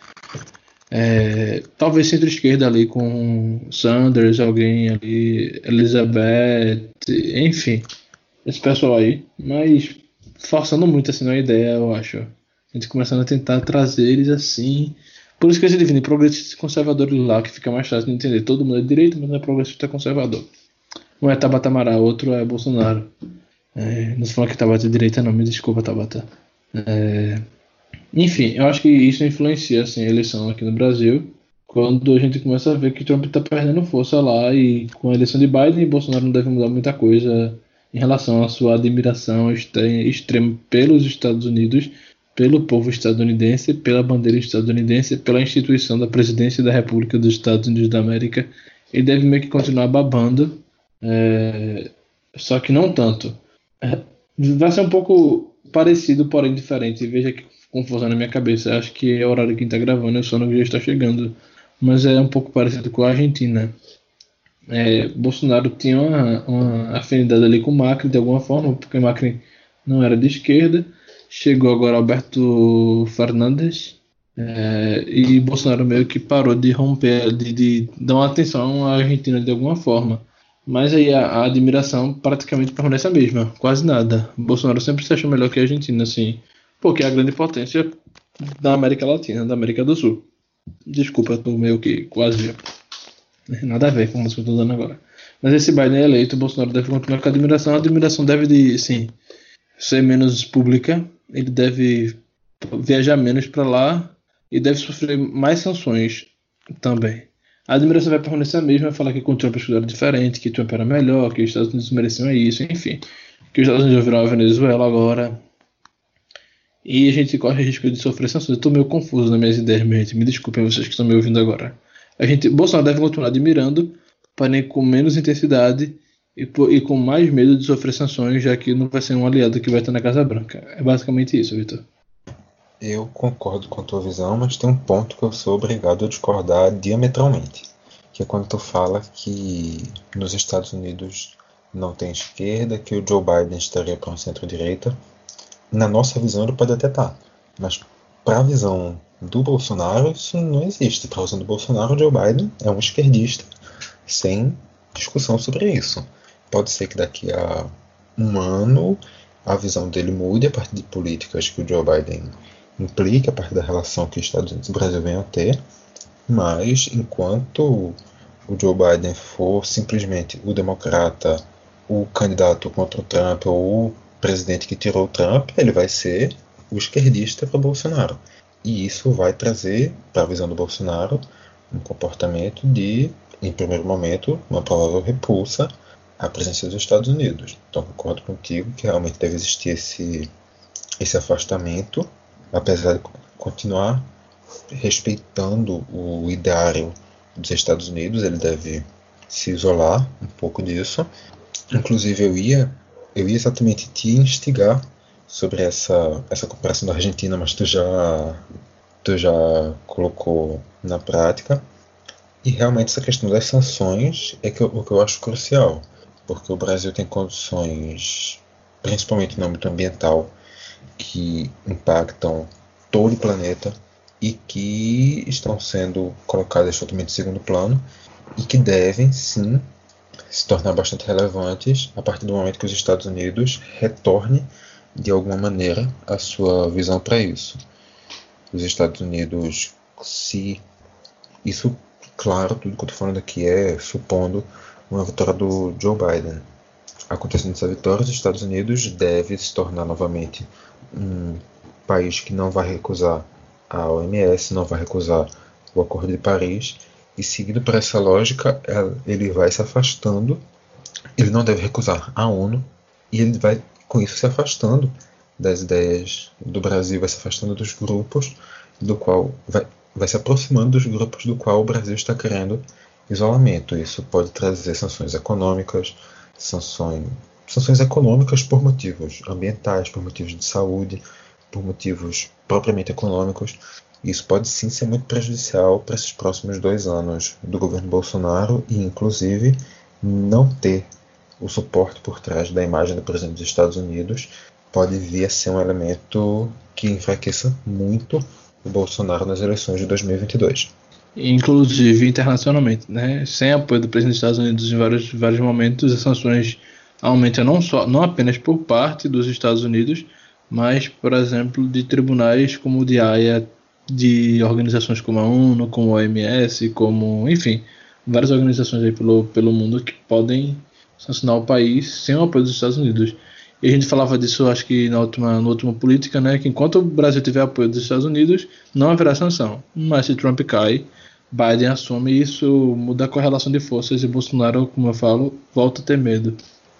Talvez centro-esquerda ali com Sanders, alguém ali, Elizabeth, enfim, esse pessoal aí, mas forçando muito assim na ideia, eu acho. A gente começando a tentar trazer eles assim. Por isso que eles dividem progressistas e conservadores lá, que fica mais fácil de entender. Todo mundo é de direita, mas não é progressista, é conservador. Um é Tabata Amaral, outro é Bolsonaro. Não se fala que Tabata é de direita, não, me desculpa, Tabata. Enfim, eu acho que isso influencia assim, a eleição aqui no Brasil. Quando a gente começa a ver que Trump está perdendo força lá, e com a eleição de Biden, Bolsonaro não deve mudar muita coisa em relação à sua admiração extrema pelos Estados Unidos, pelo povo estadunidense, pela bandeira estadunidense, pela instituição da presidência da República dos Estados Unidos da América. Ele deve meio que continuar babando, só que não tanto. Vai ser um pouco parecido, porém diferente. Veja que confusão na minha cabeça. Acho que é o horário que a gente está gravando, o sono já está chegando. Mas é um pouco parecido com a Argentina. Bolsonaro tinha uma afinidade ali com Macri de alguma forma, porque Macri não era de esquerda. Chegou agora Alberto Fernandes, e Bolsonaro meio que parou de romper, de dar uma atenção à Argentina de alguma forma. Mas aí a admiração praticamente permanece a mesma, quase nada. Bolsonaro sempre se achou melhor que a Argentina, assim, porque é a grande potência da América Latina, da América do Sul. Desculpa, eu tô meio que quase nada a ver com o que eu tô dando agora. Mas esse Biden é eleito, o Bolsonaro deve continuar com a admiração. A admiração deve sim, ser menos pública. Ele deve viajar menos para lá e deve sofrer mais sanções também. A admiração vai permanecer a mesma, vai falar que com o Trump as coisas eram diferentes, que Trump era melhor, que os Estados Unidos mereciam isso, enfim. Que os Estados Unidos viraram a Venezuela agora. E a gente corre o risco de sofrer sanções. Eu estou meio confuso nas minhas ideias, minha gente. Me desculpem vocês que estão me ouvindo agora. Bolsonaro deve continuar admirando, porém com menos intensidade e com mais medo de sofrer sanções, já que não vai ser um aliado que vai estar na Casa Branca. É basicamente isso, Vitor. Eu concordo com a tua visão, mas tem um ponto que eu sou obrigado a discordar diametralmente, que é quando tu fala que nos Estados Unidos não tem esquerda, que o Joe Biden estaria para um centro-direita. na nossa visão ele pode até estar, mas para a visão do Bolsonaro isso não existe. Para a visão do Bolsonaro, o Joe Biden é um esquerdista sem discussão sobre isso. Pode ser que daqui a um ano a visão dele mude a partir de políticas que o Joe Biden implica, a partir da relação que os Estados Unidos e o Brasil venham a ter, mas enquanto o Joe Biden for simplesmente o democrata, o candidato contra o Trump ou o presidente que tirou o Trump, ele vai ser o esquerdista para Bolsonaro. E isso vai trazer, para a visão do Bolsonaro, um comportamento de, em primeiro momento, uma provável repulsa à presença dos Estados Unidos. Então, concordo contigo que realmente deve existir esse afastamento, apesar de continuar respeitando o ideário dos Estados Unidos, ele deve se isolar um pouco disso. Inclusive, eu ia exatamente te instigar sobre essa comparação da Argentina, mas tu já colocou na prática. E realmente essa questão das sanções é o que eu acho crucial, porque o Brasil tem condições, principalmente no âmbito ambiental, que impactam todo o planeta e que estão sendo colocadas totalmente em segundo plano e que devem, sim, se tornar bastante relevantes a partir do momento que os Estados Unidos retornem de alguma maneira a sua visão para isso. Os Estados Unidos, se isso, claro, tudo que eu estou falando aqui é supondo uma vitória do Joe Biden. Acontecendo essa vitória, os Estados Unidos devem se tornar novamente um país que não vai recusar a OMS, não vai recusar o Acordo de Paris, e seguindo por essa lógica, ele vai se afastando, ele não deve recusar a ONU, e ele vai com isso se afastando das ideias do Brasil, vai se afastando dos grupos do qual vai se aproximando dos grupos do qual o Brasil está querendo isolamento. Isso pode trazer sanções econômicas, sanções econômicas por motivos ambientais, por motivos de saúde, por motivos propriamente econômicos. Isso pode sim ser muito prejudicial para esses próximos 2 anos do governo Bolsonaro e, inclusive, não ter o suporte por trás da imagem do presidente dos Estados Unidos pode vir a ser um elemento que enfraqueça muito o Bolsonaro nas eleições de 2022. Inclusive internacionalmente, né? Sem apoio do presidente dos Estados Unidos em vários momentos, as sanções aumentam não apenas por parte dos Estados Unidos, mas, por exemplo, de tribunais como o de Haia, de organizações como a ONU, como a OMS, como, enfim, várias organizações aí pelo mundo que podem sancionar o país sem o apoio dos Estados Unidos. E a gente falava disso, acho que na última política, né? Que enquanto o Brasil tiver apoio dos Estados Unidos, não haverá sanção. Mas se Trump cai, Biden assume e isso muda a correlação de forças e Bolsonaro, como eu falo, volta a ter medo.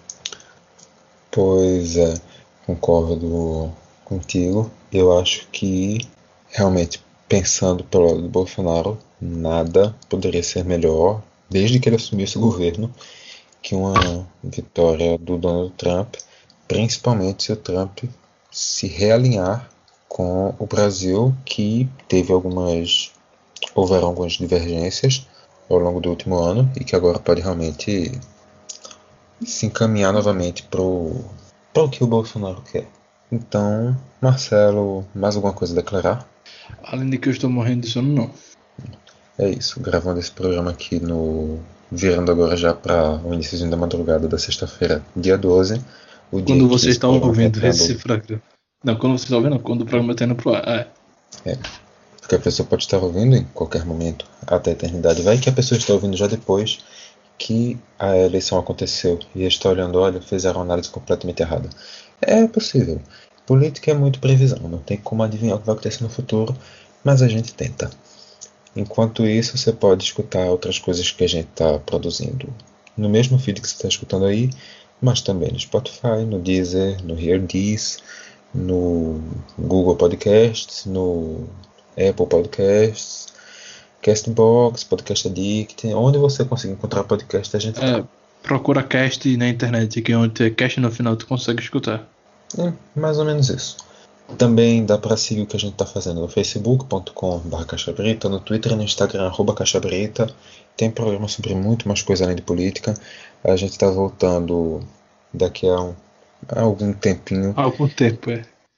Pois é, concordo contigo. Eu acho que realmente, pensando pelo lado do Bolsonaro, nada poderia ser melhor, desde que ele assumisse o governo, que uma vitória do Donald Trump, principalmente se o Trump se realinhar com o Brasil, que houveram algumas divergências ao longo do último ano e que agora pode realmente se encaminhar novamente para o que o Bolsonaro quer. Então, Marcelo, mais alguma coisa a declarar? Além de que eu estou morrendo de sono, não. É isso, gravando esse programa aqui virando agora já para o início da madrugada da sexta-feira, dia 12. Quando você está ouvindo esse programa. Não, quando você está ouvindo, quando o programa está indo pro ar. Porque a pessoa pode estar ouvindo em qualquer momento, até a eternidade. Vai que a pessoa está ouvindo já depois que a eleição aconteceu e está olhando, olha, fizeram uma análise completamente errada. É possível. Política é muito previsão, não tem como adivinhar o que vai acontecer no futuro, mas a gente tenta. Enquanto isso, você pode escutar outras coisas que a gente está produzindo no mesmo feed que você está escutando aí, mas também no Spotify, no Deezer, no Hear This, no Google Podcasts, no Apple Podcasts, Castbox, Podcast Addict, onde você conseguir encontrar podcast a gente tá. Procura cast na internet, que onde tem cast no final tu consegue escutar. Mais ou menos isso. Também dá para seguir o que a gente está fazendo no facebook.com/caixabrita, no Twitter e no Instagram @caixabrita. Tem programa sobre muito mais coisa além de política. A gente está voltando daqui a algum tempinho. Algum tempo,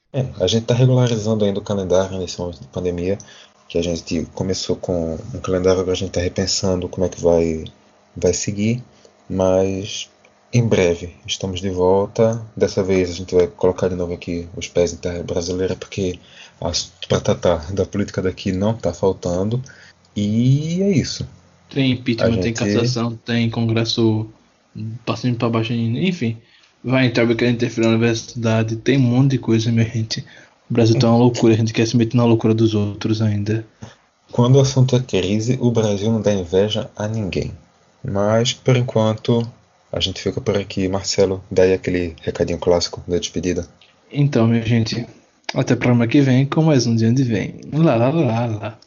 A gente está regularizando ainda o calendário nesse momento de pandemia, que a gente começou com um calendário, agora a gente está repensando como é que vai seguir, mas em breve estamos de volta. Dessa vez a gente vai colocar de novo aqui os pés em terra brasileira, porque a batata da política daqui não está faltando, e é isso. Tem A impeachment, tem gente. cassação, tem congresso passando para baixo, enfim. Vai entrar porque quer interferir na universidade, tem um monte de coisa, minha gente. O Brasil tá uma loucura, a gente quer se meter na loucura dos outros ainda. Quando o assunto é crise, o Brasil não dá inveja a ninguém. Mas, por enquanto, a gente fica por aqui. Marcelo, daí aquele recadinho clássico da despedida. Então, minha gente, até o programa que vem com mais um dia onde vem. Lá, lá, lá, lá.